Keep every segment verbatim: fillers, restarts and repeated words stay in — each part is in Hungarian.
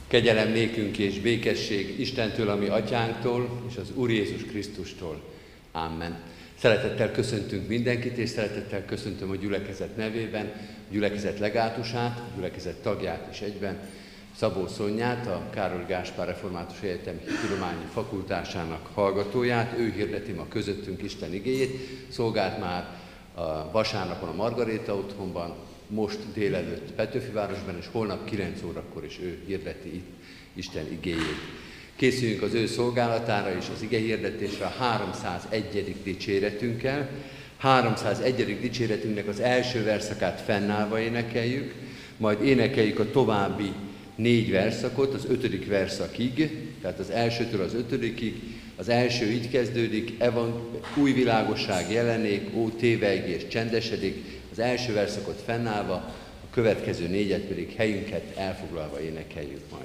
Kegyelem nékünk és békesség Istentől, ami atyánktól, és az Úr Jézus Krisztustól. Amen. Szeretettel köszöntünk mindenkit, és szeretettel köszöntöm a gyülekezet nevében, a gyülekezet legátusát, a gyülekezet tagját is egyben, Szabó Szonyát, a Károly Gáspár Református Egyetem Tudományi Fakultásának hallgatóját. Ő hirdeti ma közöttünk Isten igéjét, szolgált már a vasárnapon a Margaréta otthonban, most délelőtt Petőfivárosban, és holnap kilenc órakor is ő hirdeti itt Isten igéjét. Készüljünk az ő szolgálatára és az ige hirdetésre a háromszázegyedik dicséretünkkel. háromszázegyedik dicséretünknek az első verszakát fennállva énekeljük, majd énekeljük a további négy verszakot az ötödik verszakig, tehát az elsőtől az ötödikig. Az első így kezdődik: Evan, új világosság jelenék, ó tévejgés csendesedik. Az első verszakot fennállva, a következő négyet pedig helyünket elfoglalva énekeljük majd.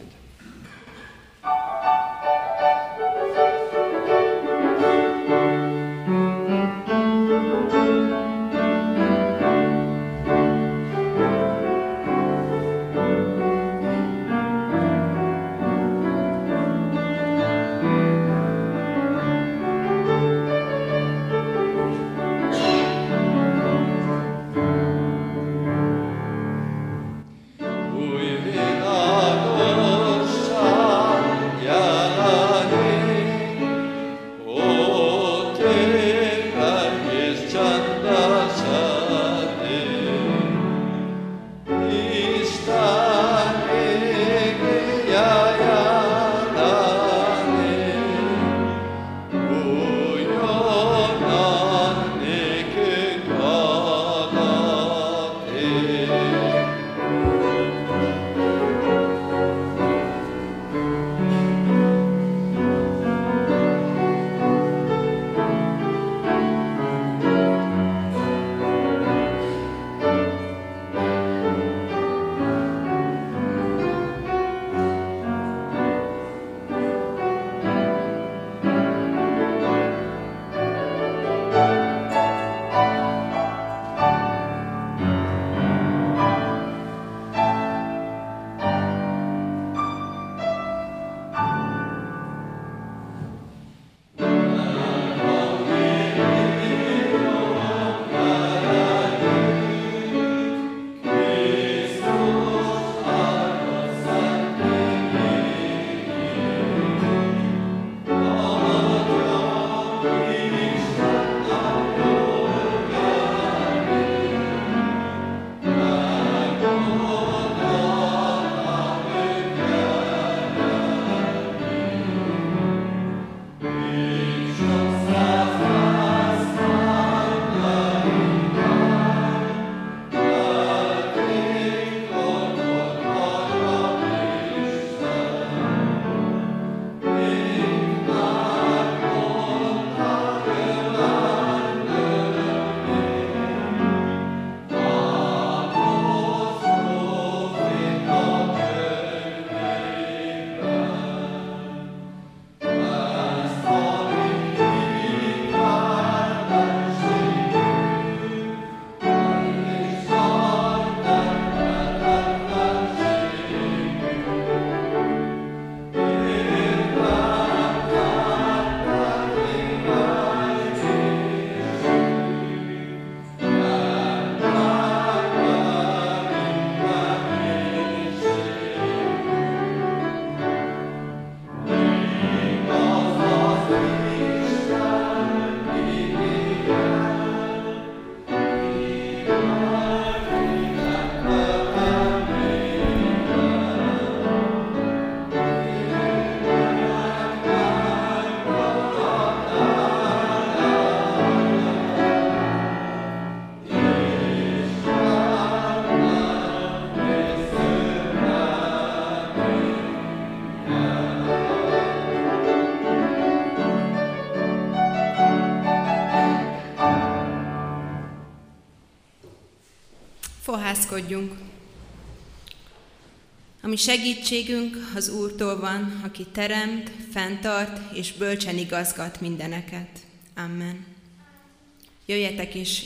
Fohászkodjunk. Ami segítségünk az Úrtól van, aki teremt, fenntart és bölcsen igazgat mindeneket. Amen. Jöjjetek és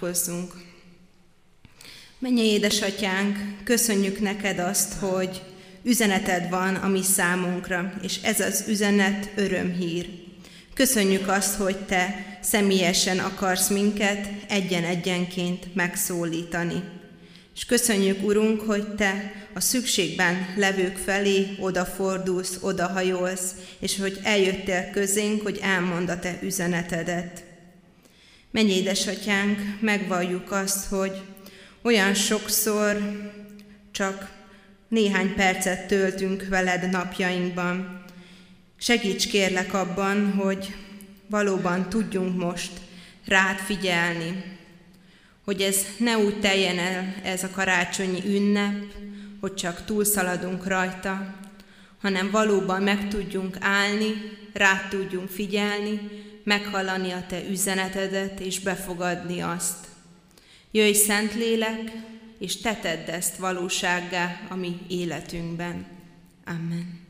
imádkozzunk. Mennyei édesatyánk, köszönjük neked azt, hogy üzeneted van a mi számunkra, és ez az üzenet örömhír. Köszönjük azt, hogy te személyesen akarsz minket egyen-egyenként megszólítani. És köszönjük, Urunk, hogy te a szükségben levők felé odafordulsz, odahajolsz, és hogy eljöttél közénk, hogy elmondd a te üzenetedet. Menj, édesatyánk, megvalljuk azt, hogy olyan sokszor csak néhány percet töltünk veled napjainkban. Segíts kérlek abban, hogy valóban tudjunk most rád figyelni, hogy ez ne úgy teljen el ez a karácsonyi ünnep, hogy csak túlszaladunk rajta, hanem valóban meg tudjunk állni, rád tudjunk figyelni, meghallani a te üzenetedet és befogadni azt. Jöjj, Szentlélek, és te tedd ezt valósággá a mi életünkben. Amen.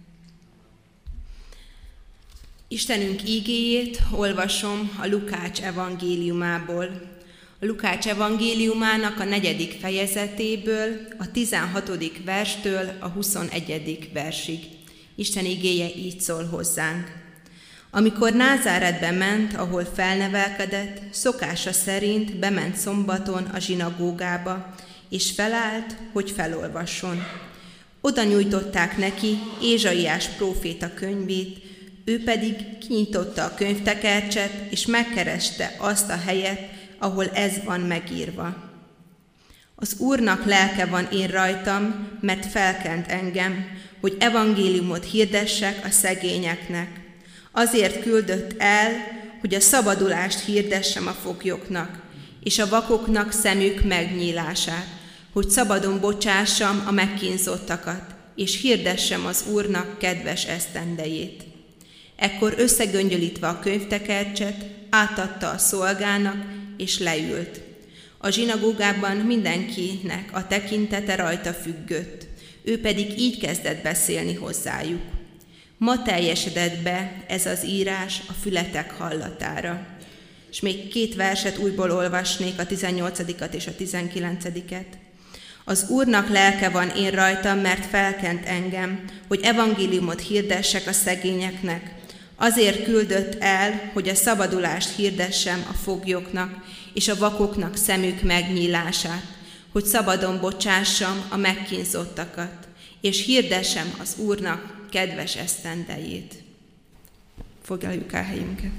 Istenünk ígéjét olvasom a Lukács evangéliumából. A Lukács evangéliumának a negyedik fejezetéből, a tizenhatodik verstől a huszonegyedik versig. Isten igéje így szól hozzánk. Amikor Názáretbe ment, ahol felnevelkedett, szokása szerint bement szombaton a zsinagógába, és felállt, hogy felolvasson. Oda nyújtották neki Ézsaiás próféta könyvét, ő pedig kinyitotta a könyvtekercset, és megkereste azt a helyet, ahol ez van megírva. Az Úrnak lelke van én rajtam, mert felkent engem, hogy evangéliumot hirdessek a szegényeknek. Azért küldött el, hogy a szabadulást hirdessem a foglyoknak, és a vakoknak szemük megnyílását, hogy szabadon bocsássam a megkínzottakat, és hirdessem az Úrnak kedves esztendejét. Ekkor összegöngyölítve a könyvtekercset, átadta a szolgának, és leült. A zsinagógában mindenkinek a tekintete rajta függött, ő pedig így kezdett beszélni hozzájuk. Ma teljesedett be ez az írás a fületek hallatára. És még két verset újból olvasnék, a tizennyolcadikat és a tizenkilencediket. Az Úrnak lelke van én rajtam, mert felkent engem, hogy evangéliumot hirdessek a szegényeknek. Azért küldött el, hogy a szabadulást hirdessem a foglyoknak, és a vakoknak szemük megnyílását, hogy szabadon bocsássam a megkínzottakat, és hirdessem az Úrnak kedves esztendejét. Foglaljuk el helyünket.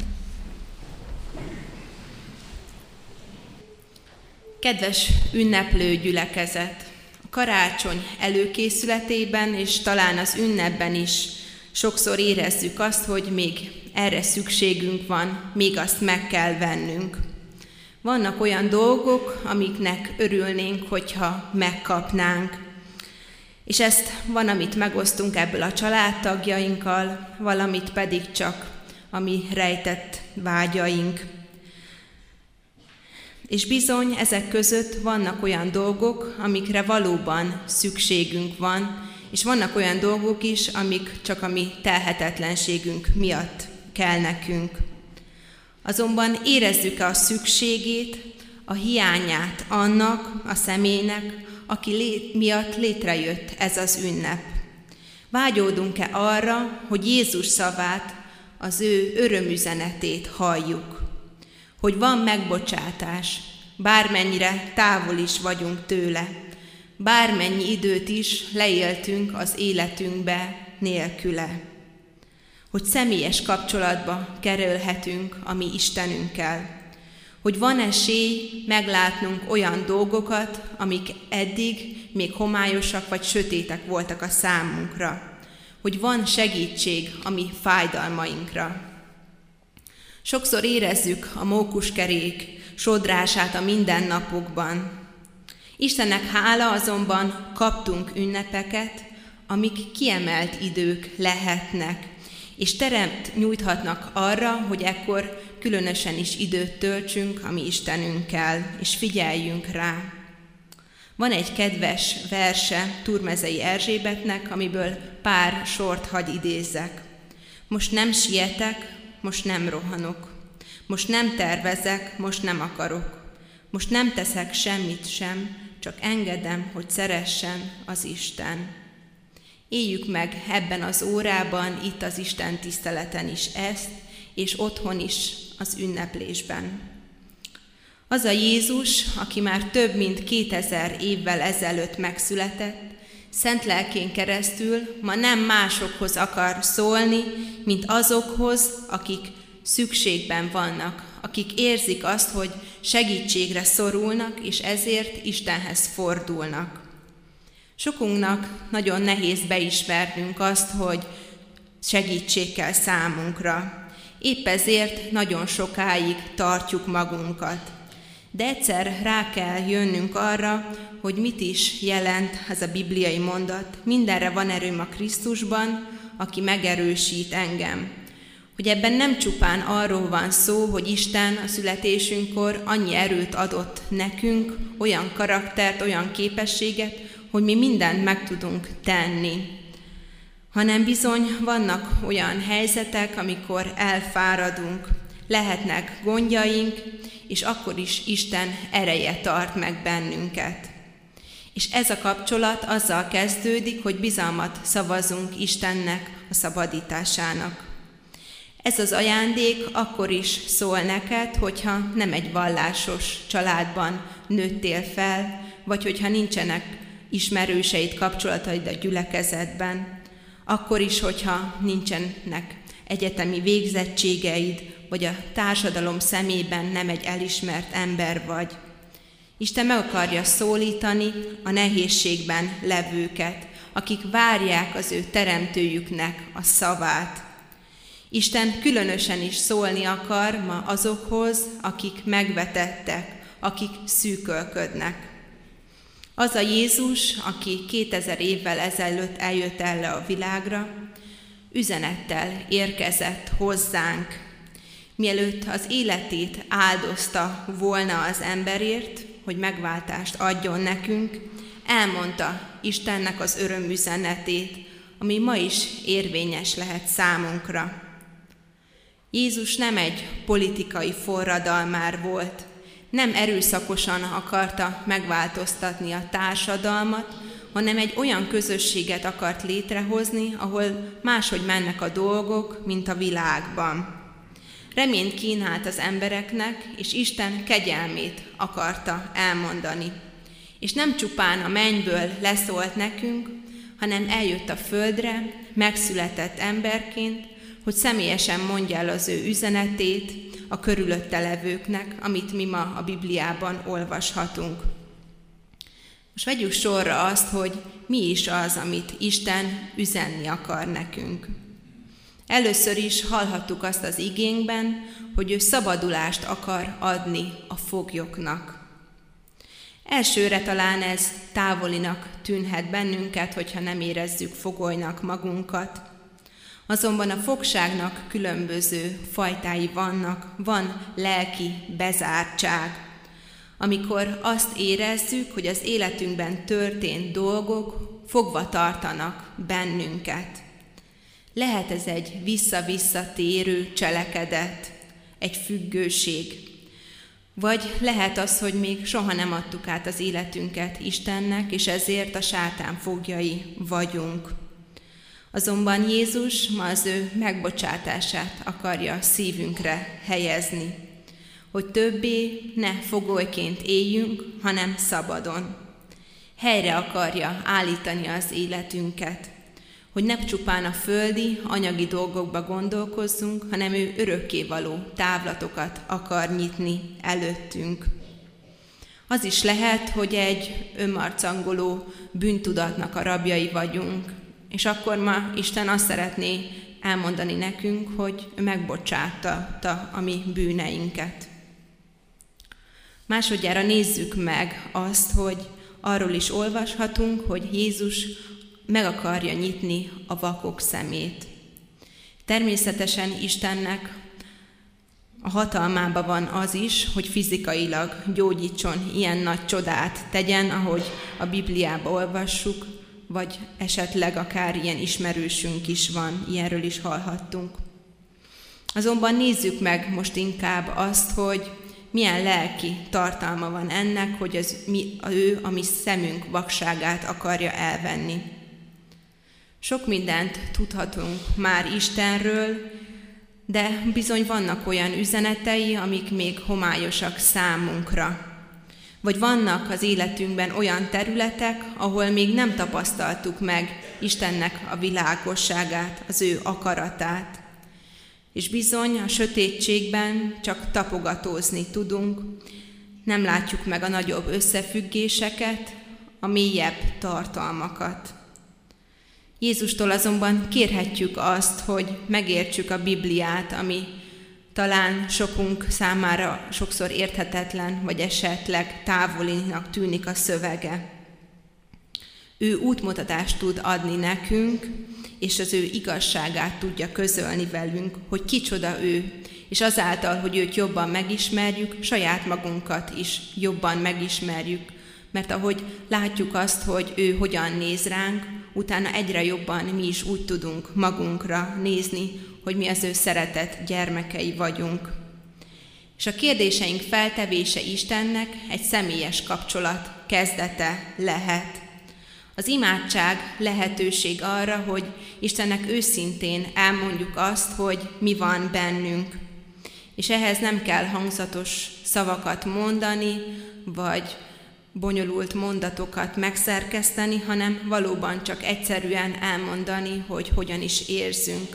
Kedves ünneplő gyülekezet! A karácsony előkészületében és talán az ünnepben is sokszor érezzük azt, hogy még erre szükségünk van, még azt meg kell vennünk. Vannak olyan dolgok, amiknek örülnénk, hogyha megkapnánk. És ezt van, amit megosztunk ebből a családtagjainkkal, valamit pedig csak a mi rejtett vágyaink. És bizony ezek között vannak olyan dolgok, amikre valóban szükségünk van, és vannak olyan dolgok is, amik csak a mi telhetetlenségünk miatt kell nekünk. Azonban érezzük-e a szükségét, a hiányát annak a személynek, aki lé- miatt létrejött ez az ünnep? Vágyódunk-e arra, hogy Jézus szavát, az ő örömüzenetét halljuk? Hogy van megbocsátás, bármennyire távol is vagyunk tőle, bármennyi időt is leéltünk az életünkbe nélküle. Hogy személyes kapcsolatba kerülhetünk a mi Istenünkkel. Hogy van esély meglátnunk olyan dolgokat, amik eddig még homályosak vagy sötétek voltak a számunkra. Hogy van segítség a mi fájdalmainkra. Sokszor érezzük a mókuskerék sodrását a mindennapokban. Istennek hála, azonban kaptunk ünnepeket, amik kiemelt idők lehetnek, és teret nyújthatnak arra, hogy ekkor különösen is időt töltsünk a mi Istenünkkel, és figyeljünk rá. Van egy kedves verse Turmezei Erzsébetnek, amiből pár sort hagy idézzek. Most nem sietek, most nem rohanok. Most nem tervezek, most nem akarok. Most nem teszek semmit sem, csak engedem, hogy szeressen az Isten. Éljük meg ebben az órában, itt az Isten tiszteleten is ezt, és otthon is az ünneplésben. Az a Jézus, aki már több mint kétezer évvel ezelőtt megszületett, szent lelkén keresztül ma nem másokhoz akar szólni, mint azokhoz, akik szükségben vannak, akik érzik azt, hogy segítségre szorulnak, és ezért Istenhez fordulnak. Sokunknak nagyon nehéz beismernünk azt, hogy segítség kell számunkra. Épp ezért nagyon sokáig tartjuk magunkat. De egyszer rá kell jönnünk arra, hogy mit is jelent ez a bibliai mondat. Mindenre van erőm a Krisztusban, aki megerősít engem. Hogy ebben nem csupán arról van szó, hogy Isten a születésünkkor annyi erőt adott nekünk, olyan karaktert, olyan képességet, hogy mi mindent meg tudunk tenni, hanem bizony vannak olyan helyzetek, amikor elfáradunk, lehetnek gondjaink, és akkor is Isten ereje tart meg bennünket. És ez a kapcsolat azzal kezdődik, hogy bizalmat szavazunk Istennek a szabadításának. Ez az ajándék akkor is szól neked, hogyha nem egy vallásos családban nőttél fel, vagy hogyha nincsenek ismerőseid, kapcsolataid a gyülekezetben, akkor is, hogyha nincsenek egyetemi végzettségeid, vagy a társadalom szemében nem egy elismert ember vagy. Isten meg akarja szólítani a nehézségben levőket, akik várják az ő teremtőjüknek a szavát. Isten különösen is szólni akar ma azokhoz, akik megvetettek, akik szűkölködnek. Az a Jézus, aki kétezer évvel ezelőtt eljött erre a világra, üzenettel érkezett hozzánk. Mielőtt az életét áldozta volna az emberért, hogy megváltást adjon nekünk, elmondta Istennek az örömüzenetét, ami ma is érvényes lehet számunkra. Jézus nem egy politikai forradalmár volt, nem erőszakosan akarta megváltoztatni a társadalmat, hanem egy olyan közösséget akart létrehozni, ahol máshogy mennek a dolgok, mint a világban. Reményt kínált az embereknek, és Isten kegyelmét akarta elmondani. És nem csupán a mennyből leszólt nekünk, hanem eljött a földre, megszületett emberként, hogy személyesen mondja el az ő üzenetét a körülötte levőknek, amit mi ma a Bibliában olvashatunk. Most vegyük sorra azt, hogy mi is az, amit Isten üzenni akar nekünk. Először is hallhattuk azt az igénkben, hogy ő szabadulást akar adni a foglyoknak. Elsőre talán ez távolinak tűnhet bennünket, hogyha nem érezzük fogolynak magunkat. Azonban a fogságnak különböző fajtái vannak, van lelki bezártság, amikor azt érezzük, hogy az életünkben történt dolgok fogva tartanak bennünket. Lehet ez egy vissza-visszatérő cselekedet, egy függőség, vagy lehet az, hogy még soha nem adtuk át az életünket Istennek, és ezért a sátán foglyai vagyunk. Azonban Jézus ma az ő megbocsátását akarja a szívünkre helyezni, hogy többé ne fogolyként éljünk, hanem szabadon. Helyre akarja állítani az életünket, hogy ne csupán a földi, anyagi dolgokba gondolkozzunk, hanem ő örökkévaló távlatokat akar nyitni előttünk. Az is lehet, hogy egy önmarcangoló bűntudatnak a rabjai vagyunk, és akkor ma Isten azt szeretné elmondani nekünk, hogy megbocsátta a mi bűneinket. Másodjára nézzük meg azt, hogy arról is olvashatunk, hogy Jézus meg akarja nyitni a vakok szemét. Természetesen Istennek a hatalmában van az is, hogy fizikailag gyógyítson, ilyen nagy csodát tegyen, ahogy a Bibliában olvassuk, vagy esetleg akár ilyen ismerősünk is van, ilyenről is hallhattunk. Azonban nézzük meg most inkább azt, hogy milyen lelki tartalma van ennek, hogy az mi, ő a mi szemünk vakságát akarja elvenni. Sok mindent tudhatunk már Istenről, de bizony vannak olyan üzenetei, amik még homályosak számunkra. Vagy vannak az életünkben olyan területek, ahol még nem tapasztaltuk meg Istennek a világosságát, az ő akaratát. És bizony a sötétségben csak tapogatózni tudunk, nem látjuk meg a nagyobb összefüggéseket, a mélyebb tartalmakat. Jézustól azonban kérhetjük azt, hogy megértsük a Bibliát, ami talán sokunk számára sokszor érthetetlen, vagy esetleg távolinak tűnik a szövege. Ő útmutatást tud adni nekünk, és az ő igazságát tudja közölni velünk, hogy kicsoda ő, és azáltal, hogy őt jobban megismerjük, saját magunkat is jobban megismerjük, mert ahogy látjuk azt, hogy ő hogyan néz ránk, utána egyre jobban mi is úgy tudunk magunkra nézni, hogy mi az ő szeretett gyermekei vagyunk. És a kérdéseink feltevése Istennek egy személyes kapcsolat kezdete lehet. Az imádság lehetőség arra, hogy Istennek őszintén elmondjuk azt, hogy mi van bennünk. És ehhez nem kell hangzatos szavakat mondani, vagy bonyolult mondatokat megszerkeszteni, hanem valóban csak egyszerűen elmondani, hogy hogyan is érzünk.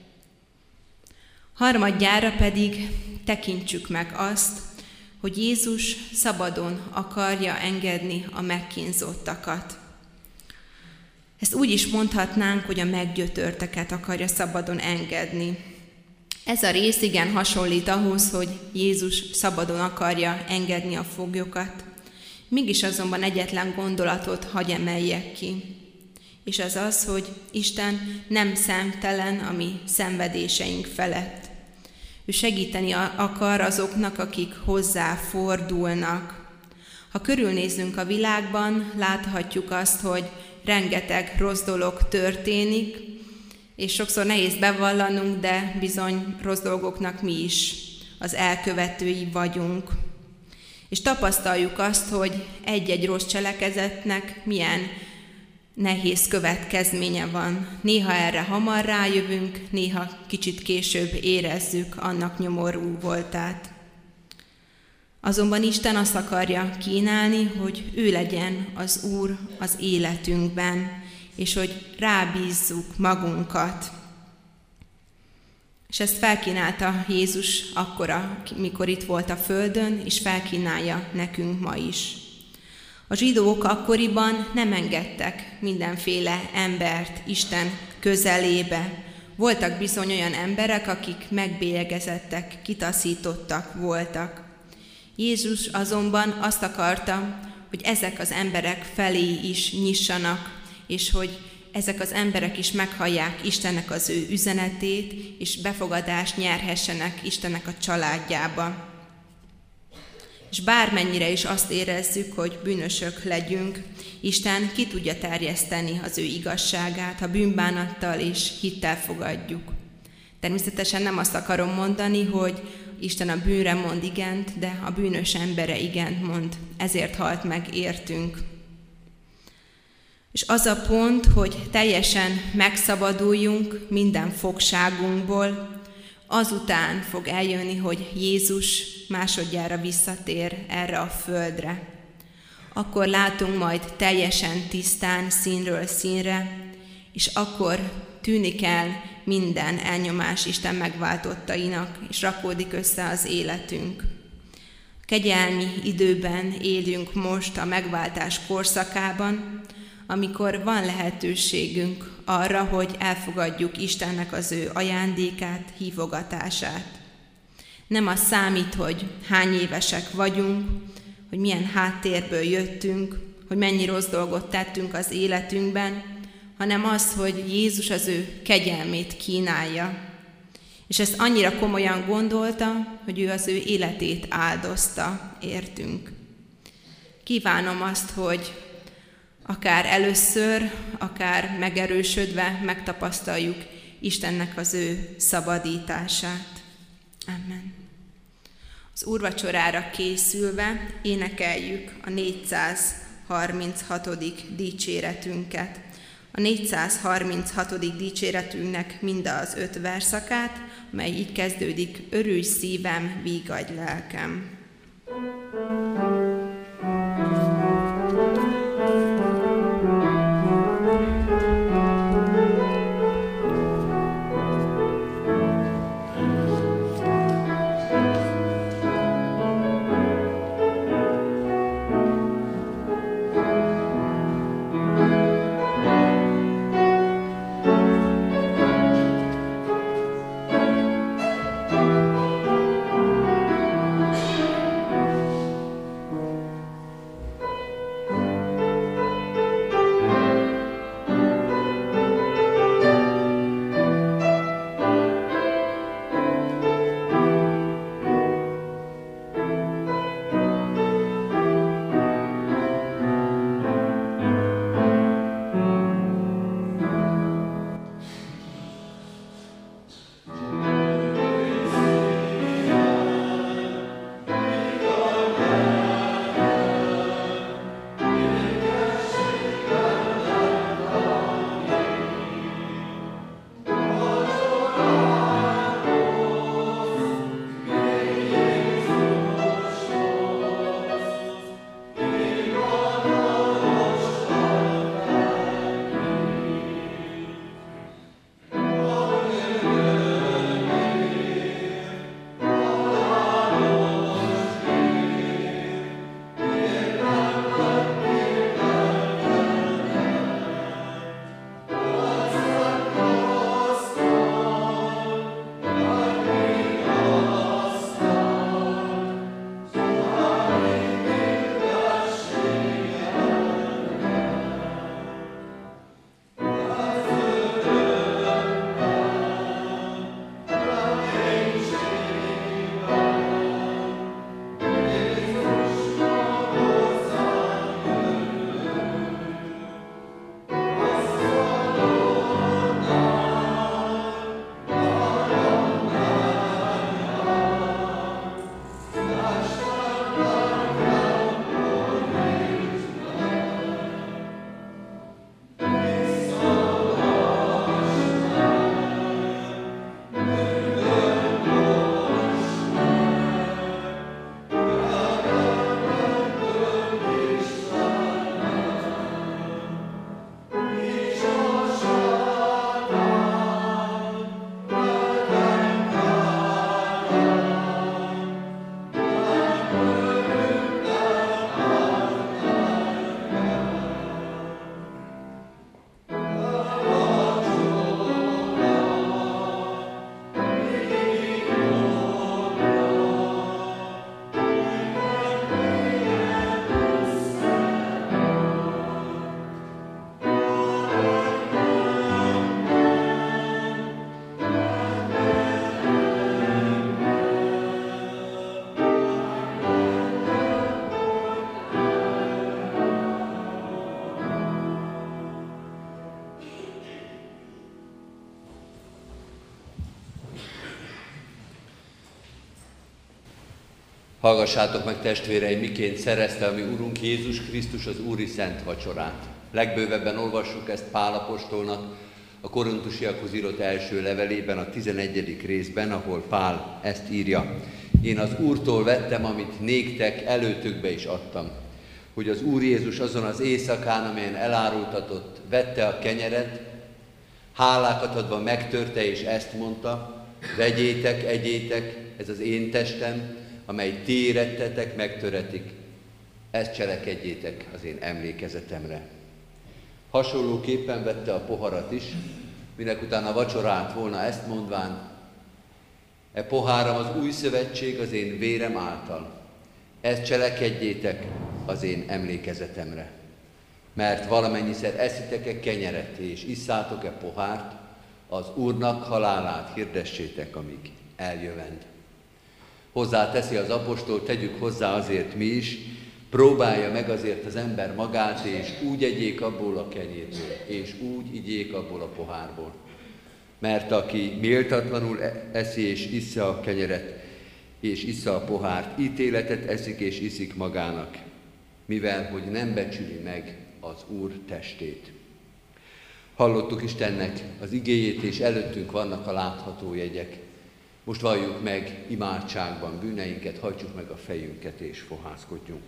Harmadjára pedig tekintsük meg azt, hogy Jézus szabadon akarja engedni a megkínzottakat. Ezt úgy is mondhatnánk, hogy a meggyötörteket akarja szabadon engedni. Ez a rész igen hasonlít ahhoz, hogy Jézus szabadon akarja engedni a foglyokat. Mégis azonban egyetlen gondolatot hagy emeljek ki. És az az, hogy Isten nem szemtelen a mi szenvedéseink felett. Ő segíteni akar azoknak, akik hozzá fordulnak. Ha körülnézünk a világban, láthatjuk azt, hogy rengeteg rossz dolog történik, és sokszor nehéz bevallanunk, de bizony rossz dolgoknak mi is az elkövetői vagyunk. És tapasztaljuk azt, hogy egy-egy rossz cselekedetnek milyen nehéz következménye van. Néha erre hamar rájövünk, néha kicsit később érezzük annak nyomorú voltát. Azonban Isten azt akarja kínálni, hogy ő legyen az Úr az életünkben, és hogy rábízzuk magunkat. És ezt felkínálta Jézus akkora, mikor itt volt a földön, és felkínálja nekünk ma is. A zsidók akkoriban nem engedtek mindenféle embert Isten közelébe. Voltak bizony olyan emberek, akik megbélyegezettek, kitaszítottak voltak. Jézus azonban azt akarta, hogy ezek az emberek felé is nyissanak, és hogy ezek az emberek is meghallják Istennek az ő üzenetét, és befogadást nyerhessenek Istennek a családjába. És bármennyire is azt érezzük, hogy bűnösök legyünk, Isten ki tudja terjeszteni az ő igazságát, ha bűnbánattal és hittel fogadjuk. Természetesen nem azt akarom mondani, hogy Isten a bűnre mond igent, de a bűnös embere igent mond, ezért halt meg értünk. És az a pont, hogy teljesen megszabaduljunk minden fogságunkból, azután fog eljönni, hogy Jézus másodjára visszatér erre a földre. Akkor látunk majd teljesen tisztán színről színre, és akkor tűnik el minden elnyomás Isten megváltottainak, és rakódik össze az életünk. Kegyelmi időben élünk most a megváltás korszakában, amikor van lehetőségünk arra, hogy elfogadjuk Istennek az ő ajándékát, hívogatását. Nem az számít, hogy hány évesek vagyunk, hogy milyen háttérből jöttünk, hogy mennyi rossz dolgot tettünk az életünkben, hanem az, hogy Jézus az ő kegyelmét kínálja. És ezt annyira komolyan gondolta, hogy ő az ő életét áldozta, értünk. Kívánom azt, hogy akár először, akár megerősödve megtapasztaljuk Istennek az ő szabadítását. Amen. Az úrvacsorára készülve énekeljük a négyszázharminchatodik dicséretünket. a négyszázharminchatodik dicséretünknek mind az öt verszakát, mely így kezdődik: örülj szívem, vígadj lelkem. Hallgassátok meg, testvéreim, miként szerezte a mi Urunk Jézus Krisztus az Úri Szent Vacsorát. Legbővebben olvassuk ezt Pál apostolnak a korintusiakhoz írott első levelében, a tizenegyedik részben, ahol Pál ezt írja. Én az Úrtól vettem, amit néktek előtökbe is adtam, hogy az Úr Jézus azon az éjszakán, amelyen elárultatott, vette a kenyeret, hálákat adva megtörte, és ezt mondta: vegyétek, egyétek, ez az én testem, amely ti érettetek, megtöretik. Ezt cselekedjétek az én emlékezetemre. Hasonlóképpen vette a poharat is, minek utána vacsorált volna, ezt mondván: e poháram az új szövetség az én vérem által. Ezt cselekedjétek az én emlékezetemre. Mert valamennyiszer eszitek-e kenyeret és isszátok-e pohárt, az Úrnak halálát hirdessétek, amíg eljövend. Hozzáteszi az apostol, tegyük hozzá azért mi is, próbálja meg azért az ember magát, és úgy egyék abból a kenyérből, és úgy igyék abból a pohárból. Mert aki méltatlanul eszi és issza a kenyeret, és issza a pohárt, ítéletet eszik és iszik magának, mivel hogy nem becsüli meg az Úr testét. Hallottuk Istennek az igéjét, és előttünk vannak a látható jegyek. Most valljuk meg imádságban bűneinket, hajtsuk meg a fejünket és fohászkodjunk.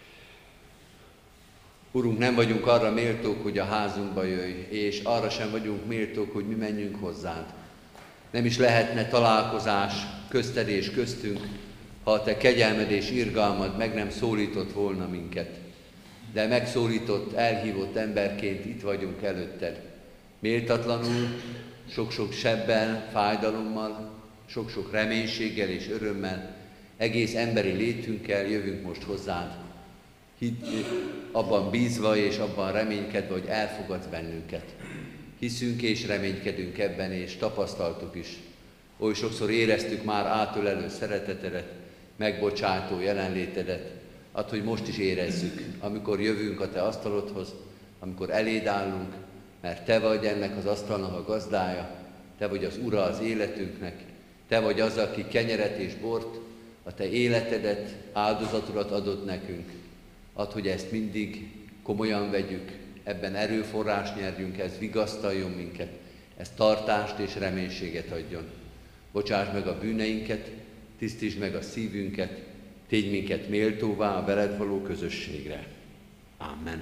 Urunk, nem vagyunk arra méltók, hogy a házunkba jöjj, és arra sem vagyunk méltók, hogy mi menjünk hozzád. Nem is lehetne találkozás közted és köztünk, ha a te kegyelmed és irgalmad meg nem szólított volna minket. De megszólított, elhívott emberként itt vagyunk előtted. Méltatlanul, sok-sok sebbel, fájdalommal, sok-sok reménységgel és örömmel, egész emberi létünkkel jövünk most hozzád. Hit, abban bízva és abban reménykedve, hogy elfogadsz bennünket. Hiszünk és reménykedünk ebben, és tapasztaltuk is. Oly sokszor éreztük már átölelő szeretetedet, megbocsátó jelenlétedet, add, hogy most is érezzük, amikor jövünk a te asztalodhoz, amikor eléd állunk, mert te vagy ennek az asztalnak a gazdája, te vagy az ura az életünknek, te vagy az, aki kenyeret és bort, a te életedet, áldozatodat adott nekünk. Add, hogy ezt mindig komolyan vegyük, ebben erőforrás nyerjünk, ez vigasztaljon minket, ez tartást és reménységet adjon. Bocsáss meg a bűneinket, tisztítsd meg a szívünket, tégy minket méltóvá a veled való közösségre. Amen.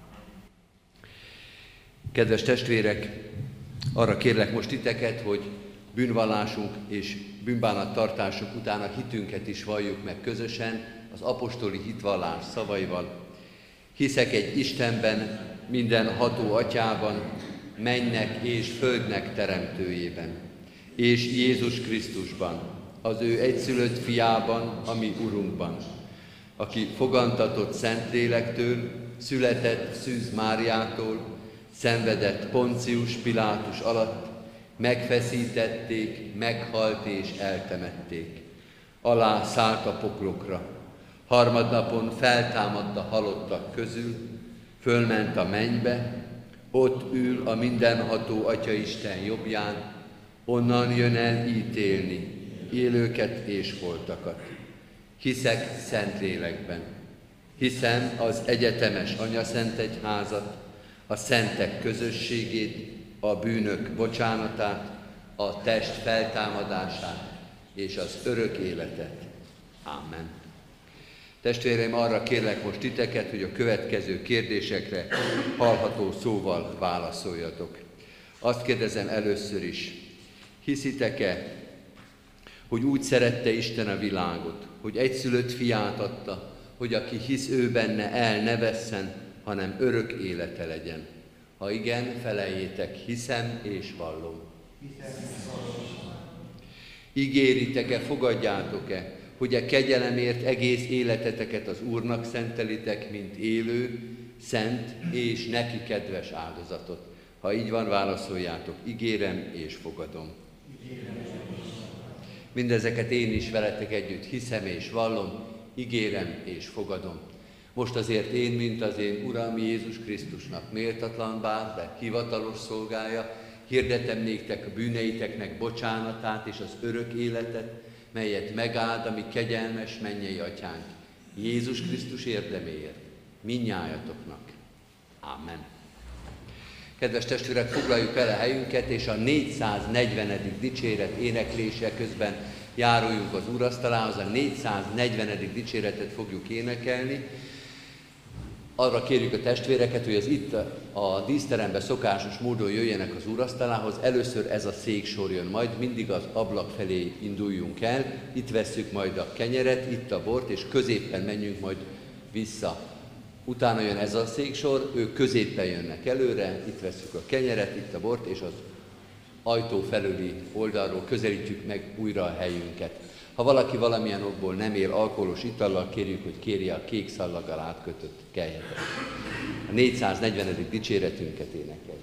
Kedves testvérek, arra kérlek most titeket, hogy bűnvallásunk és bűnbánattartásunk után a hitünket is valljuk meg közösen az apostoli hitvallás szavaival. Hiszek egy Istenben, minden ható atyában, mennynek és földnek teremtőjében, és Jézus Krisztusban, az ő egyszülött fiában, a mi Urunkban, aki fogantatott Szentlélektől, született Szűz Máriától, szenvedett Poncius Pilátus alatt, megfeszítették, meghalt és eltemették. Alá szállt a poklokra, harmadnapon feltámadt a halottak közül, fölment a mennybe, ott ül a mindenható Atyaisten jobbján, onnan jön el ítélni élőket és holtakat. Hiszek Szentlélekben, hiszem az egyetemes anyaszentegyházat, a szentek közösségét, a bűnök bocsánatát, a test feltámadását és az örök életet. Amen. Testvéreim, arra kérlek most titeket, hogy a következő kérdésekre hallható szóval válaszoljatok. Azt kérdezem először is, hiszitek-e, hogy úgy szerette Isten a világot, hogy egyszülött fiát adta, hogy aki hisz ő benne, el ne vesszen, hanem örök élete legyen? Ha igen, feleljétek, hiszem és vallom. Ígéritek-e, fogadjátok-e, hogy a kegyelemért egész életeteket az Úrnak szentelitek, mint élő, szent és neki kedves áldozatot? Ha így van, válaszoljátok, ígérem és fogadom. Mindezeket én is veletek együtt hiszem és vallom, ígérem és fogadom. Most azért én, mint az én Uram Jézus Krisztusnak méltatlan bár, de hivatalos szolgája, hirdetem néktek a bűneiteknek bocsánatát és az örök életet, melyet megáld a mi kegyelmes mennyei atyánk, Jézus Krisztus érdeméért, minnyájatoknak. Amen. Kedves testvérek, foglaljuk el a helyünket, és a négyszáznegyvenedik dicséret éneklése közben járuljunk az úrasztalához, a négyszáznegyvenedik dicséretet fogjuk énekelni. Arra kérjük a testvéreket, hogy az itt a díszteremben szokásos módon jöjjenek az úrasztalához. Először ez a széksor jön, majd mindig az ablak felé induljunk el, itt vesszük majd a kenyeret, itt a bort, és középpen menjünk majd vissza. Utána jön ez a széksor, ők középpen jönnek előre, itt vesszük a kenyeret, itt a bort, és az ajtó felüli oldalról közelítjük meg újra a helyünket. Ha valaki valamilyen okból nem él alkoholos itallal, kérjük, hogy kérje a kék szallaggal átkötött kelyhetet. A négyszáznegyvenedik dicséretünket énekeljük.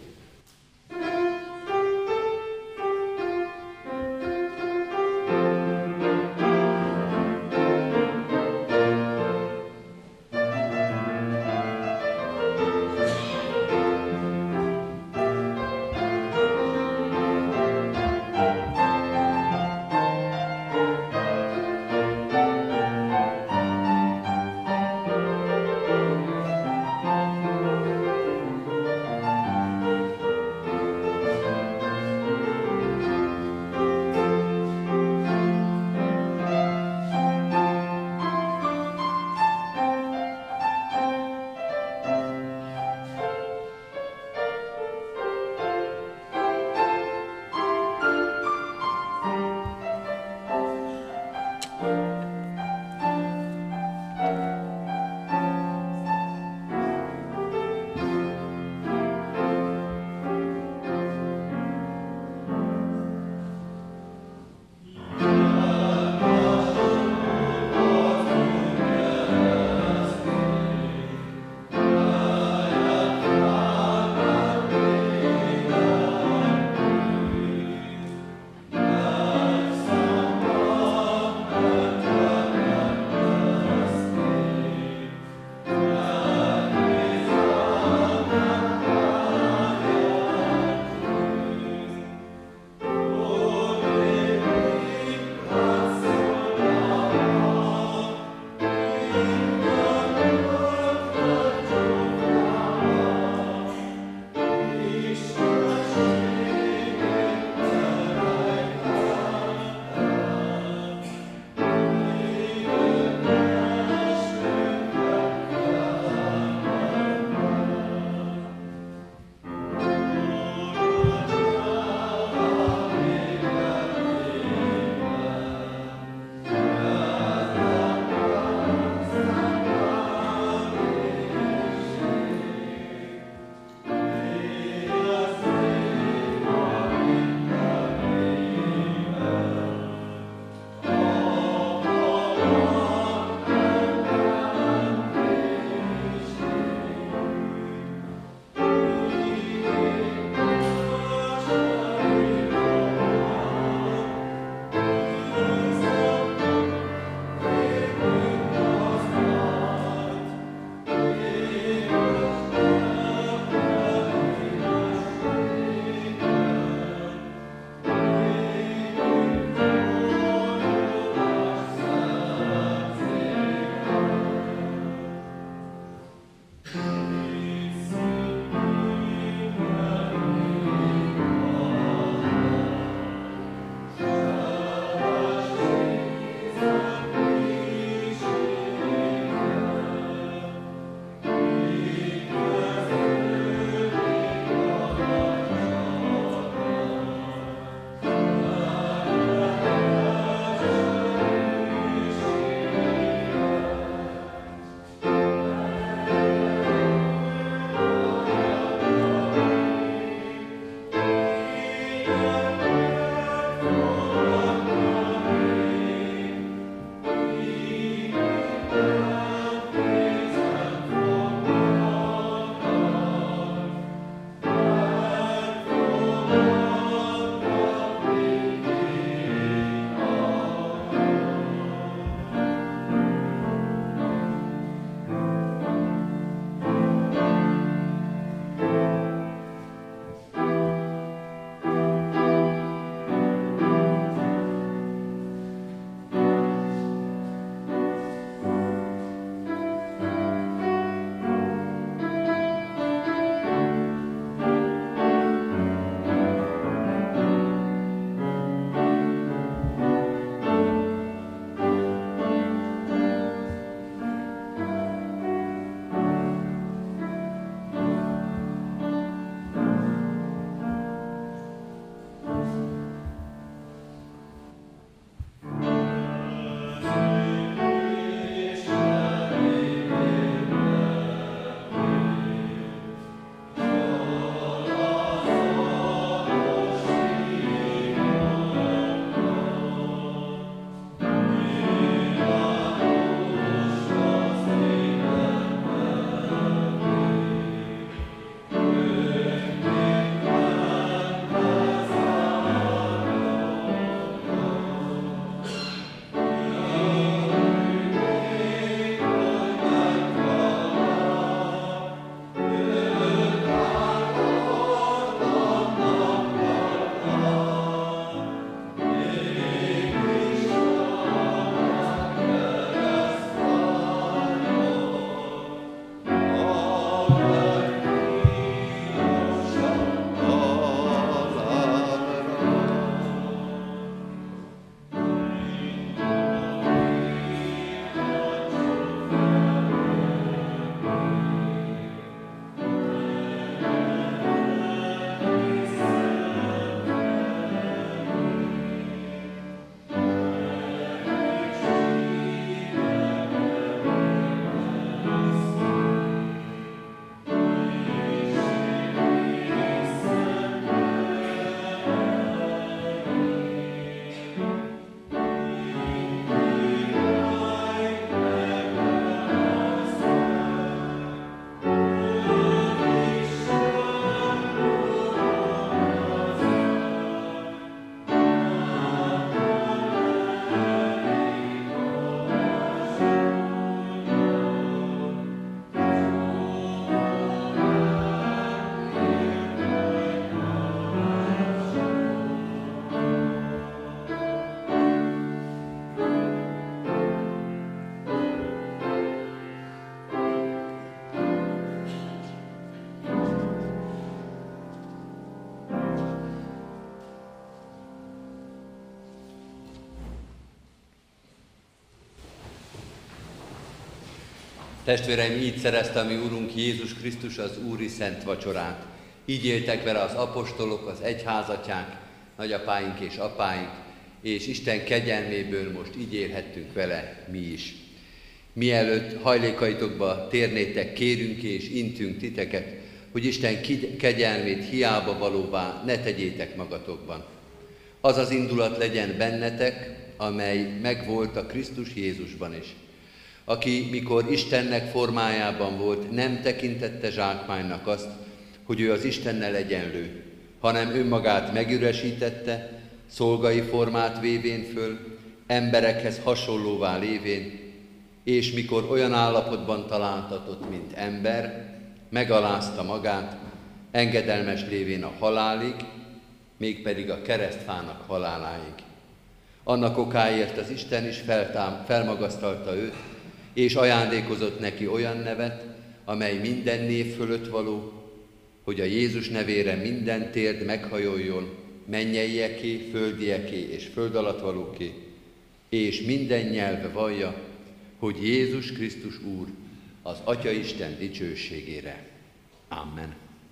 Testvéreim, így szerezte a mi Úrunk Jézus Krisztus az Úri Szent Vacsorát. Így éltek vele az apostolok, az egyházatyánk, nagyapáink és apáink, és Isten kegyelméből most így élhettünk vele mi is. Mielőtt hajlékaitokba térnétek, kérünk és intünk titeket, hogy Isten kegyelmét hiába valóvá ne tegyétek magatokban. Az az indulat legyen bennetek, amely megvolt a Krisztus Jézusban is, aki, mikor Istennek formájában volt, nem tekintette zsákmánynak azt, hogy ő az Istennel egyenlő, hanem önmagát megüresítette, szolgai formát vévén föl, emberekhez hasonlóvá lévén, és mikor olyan állapotban találtatott, mint ember, megalázta magát, engedelmes lévén a halálig, mégpedig a keresztfának haláláig. Annak okáért az Isten is feltám, felmagasztalta őt, és ajándékozott neki olyan nevet, amely minden név fölött való, hogy a Jézus nevére minden térd meghajoljon, mennyeieké, földieké és föld alatt valóké, és minden nyelv vallja, hogy Jézus Krisztus Úr, az Atya Isten dicsőségére. Amen.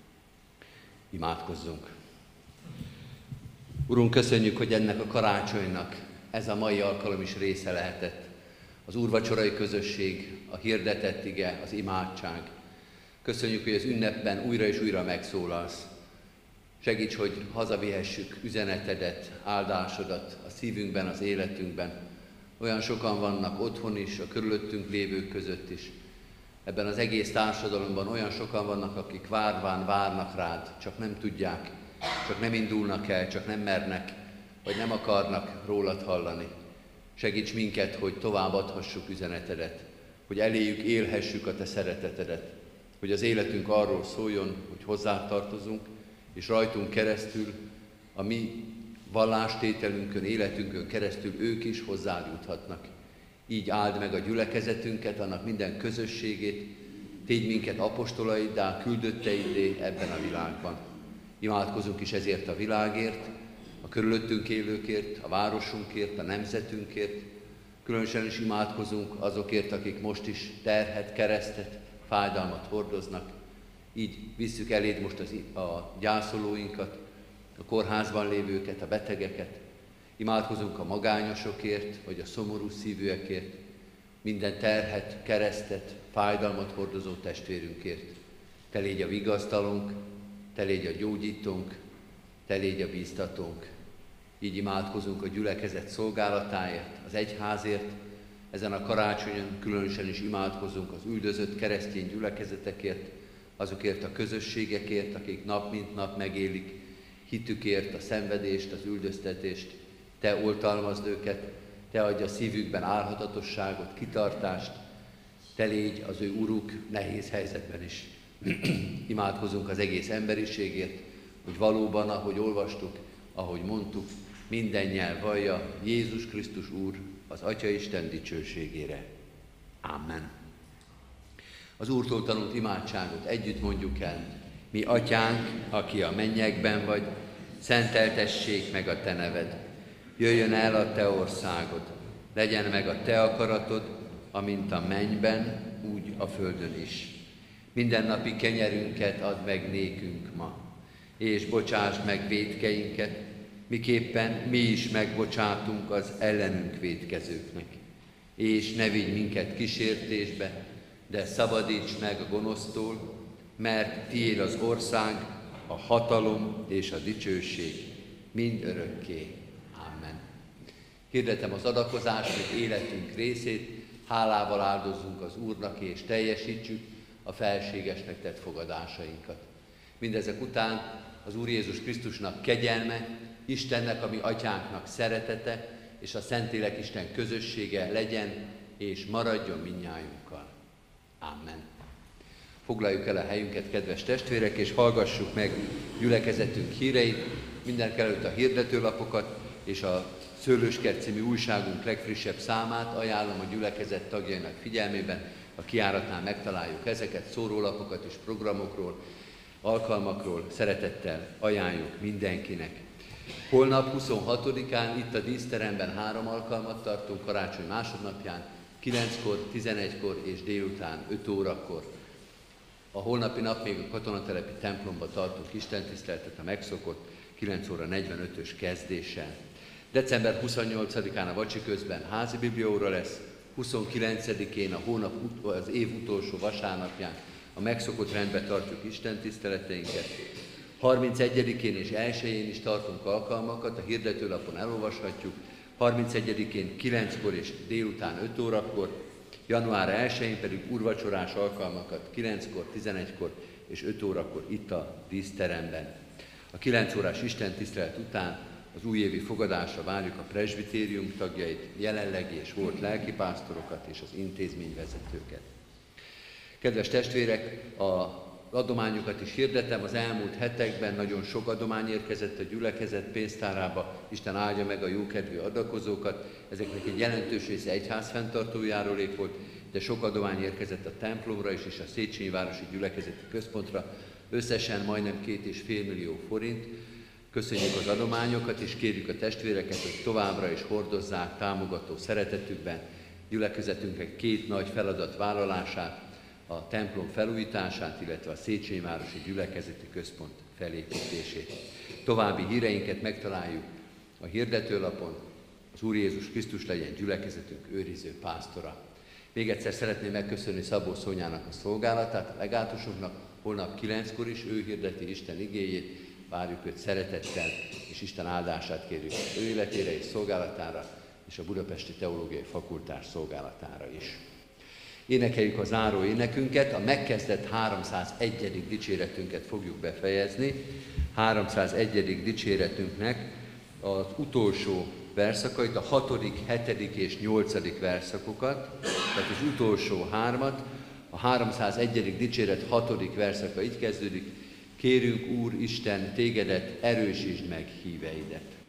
Imádkozzunk. Urunk, köszönjük, hogy ennek a karácsonynak ez a mai alkalom is része lehetett. Az úrvacsorai közösség, a hirdetett ige, az imádság. Köszönjük, hogy az ünnepben újra és újra megszólalsz. Segíts, hogy hazavihessük üzenetedet, áldásodat a szívünkben, az életünkben. Olyan sokan vannak otthon is, a körülöttünk lévők között is. Ebben az egész társadalomban olyan sokan vannak, akik várván várnak rád, csak nem tudják, csak nem indulnak el, csak nem mernek, vagy nem akarnak rólad hallani. Segíts minket, hogy továbbadhassuk üzenetedet, hogy eléjük élhessük a te szeretetedet, hogy az életünk arról szóljon, hogy hozzá tartozunk, és rajtunk keresztül, a mi vallástételünkön, életünkön keresztül ők is hozzád juthatnak. Így áld meg a gyülekezetünket, annak minden közösségét, tégy minket apostolaiddá, küldötteiddé ebben a világban. Imádkozunk is ezért a világért, a körülöttünk élőkért, a városunkért, a nemzetünkért. Különösen is imádkozunk azokért, akik most is terhet, keresztet, fájdalmat hordoznak. Így visszük eléd most az, a gyászolóinkat, a kórházban lévőket, a betegeket. Imádkozunk a magányosokért, vagy a szomorú szívűekért, minden terhet, keresztet, fájdalmat hordozó testvérünkért. Te légy a vigasztalónk, te légy a gyógyítónk, te légy a bíztatónk. Így imádkozunk a gyülekezet szolgálatáért, az egyházért. Ezen a karácsonyon különösen is imádkozunk az üldözött keresztény gyülekezetekért, azokért a közösségekért, akik nap mint nap megélik hitükért, a szenvedést, az üldöztetést. Te oltalmazd őket, te adj a szívükben álhatatosságot, kitartást, te légy az ő uruk nehéz helyzetben is. Imádkozunk az egész emberiségért, hogy valóban, ahogy olvastuk, ahogy mondtuk, minden nyelv vallja, Jézus Krisztus Úr, az Atya Isten dicsőségére. Amen. Az Úrtól tanult imádságot együtt mondjuk el. Mi Atyánk, aki a mennyekben vagy, szenteltessék meg a te neved. Jöjjön el a te országod, legyen meg a te akaratod, amint a mennyben, úgy a földön is. Mindennapi kenyerünket add meg nékünk ma, és bocsásd meg vétkeinket, miképpen mi is megbocsátunk az ellenünk vétkezőknek. És ne vigy minket kísértésbe, de szabadíts meg a gonosztól, mert tiéd az ország, a hatalom és a dicsőség mind örökké. Amen. Hirdetem az adakozást, hogy életünk részét hálával áldozzunk az Úrnak, és teljesítsük a felségesnek tett fogadásainkat. Mindezek után az Úr Jézus Krisztusnak kegyelme, Istennek, a mi atyánknak szeretete, és a Szentlélek Isten közössége legyen, és maradjon mindnyájunkkal. Amen. Foglaljuk el a helyünket, kedves testvérek, és hallgassuk meg gyülekezetünk híreit, mindenkelőtt a hirdetőlapokat, és a Szőlőskert című újságunk legfrissebb számát ajánlom a gyülekezet tagjainak figyelmében. A kijáratnál megtaláljuk ezeket, szórólapokat és programokról, alkalmakról szeretettel ajánljuk mindenkinek. Holnap huszonhatodikán itt a díszteremben három alkalmat tartunk, karácsony másodnapján, kilenckor, tizenegykor és délután öt órakor. A holnapi nap még a katonatelepi templomba tartunk istentiszteletet a megszokott kilenc óra negyvenötös kezdéssel. december huszonnyolcadikán a vacsi közben házi bibliaóra lesz, huszonkilencedikén a hónap, az év utolsó vasárnapján a megszokott rendben tartjuk istentiszteleteinket. harmincegyedikén és elsején is tartunk alkalmakat, a hirdetőlapon elolvashatjuk. harmincegyedikén kilenckor és délután öt órakor, január elsején pedig úrvacsorás alkalmakat kilenckor, tizenegykor és öt órakor itt a díszteremben. A kilenc órás istentisztelet után az újévi fogadásra várjuk a presbitérium tagjait, jelenlegi és volt lelkipásztorokat és az intézményvezetőket. Kedves testvérek, a adományokat is hirdetem, az elmúlt hetekben nagyon sok adomány érkezett a gyülekezet pénztárába, Isten áldja meg a jókedvű adakozókat, ezeknek egy jelentős része egyház fenntartó járulék volt, de sok adomány érkezett a templomra is, és a Széchenyi Városi Gyülekezeti Központra, összesen majdnem két és fél millió forint. Köszönjük az adományokat, és kérjük a testvéreket, hogy továbbra is hordozzák támogató szeretetükben gyülekezetünknek két nagy feladat vállalását, a templom felújítását, illetve a Széchenyi Városi Gyülekezeti Központ felépítését. További híreinket megtaláljuk a hirdetőlapon. Az Úr Jézus Krisztus legyen gyülekezetünk őriző pásztora. Még egyszer szeretném megköszönni Szabó Szonyának a szolgálatát, a legátusoknak. Holnap kilenckor is ő hirdeti Isten igéjét, várjuk őt szeretettel, és Isten áldását kérjük ő életére és szolgálatára, és a Budapesti Teológiai Fakultás szolgálatára is. Énekeljük a záró énekünket, a megkezdett háromszázegyedik dicséretünket fogjuk befejezni. háromszázegyedik dicséretünknek az utolsó verszakait, a hatodik, hetedik és nyolcadik verszakokat, tehát az utolsó hármat, a háromszázegyedik dicséret hatodik verszaka így kezdődik: Kérünk, Úr Isten, tégedet, erősítsd meg híveidet.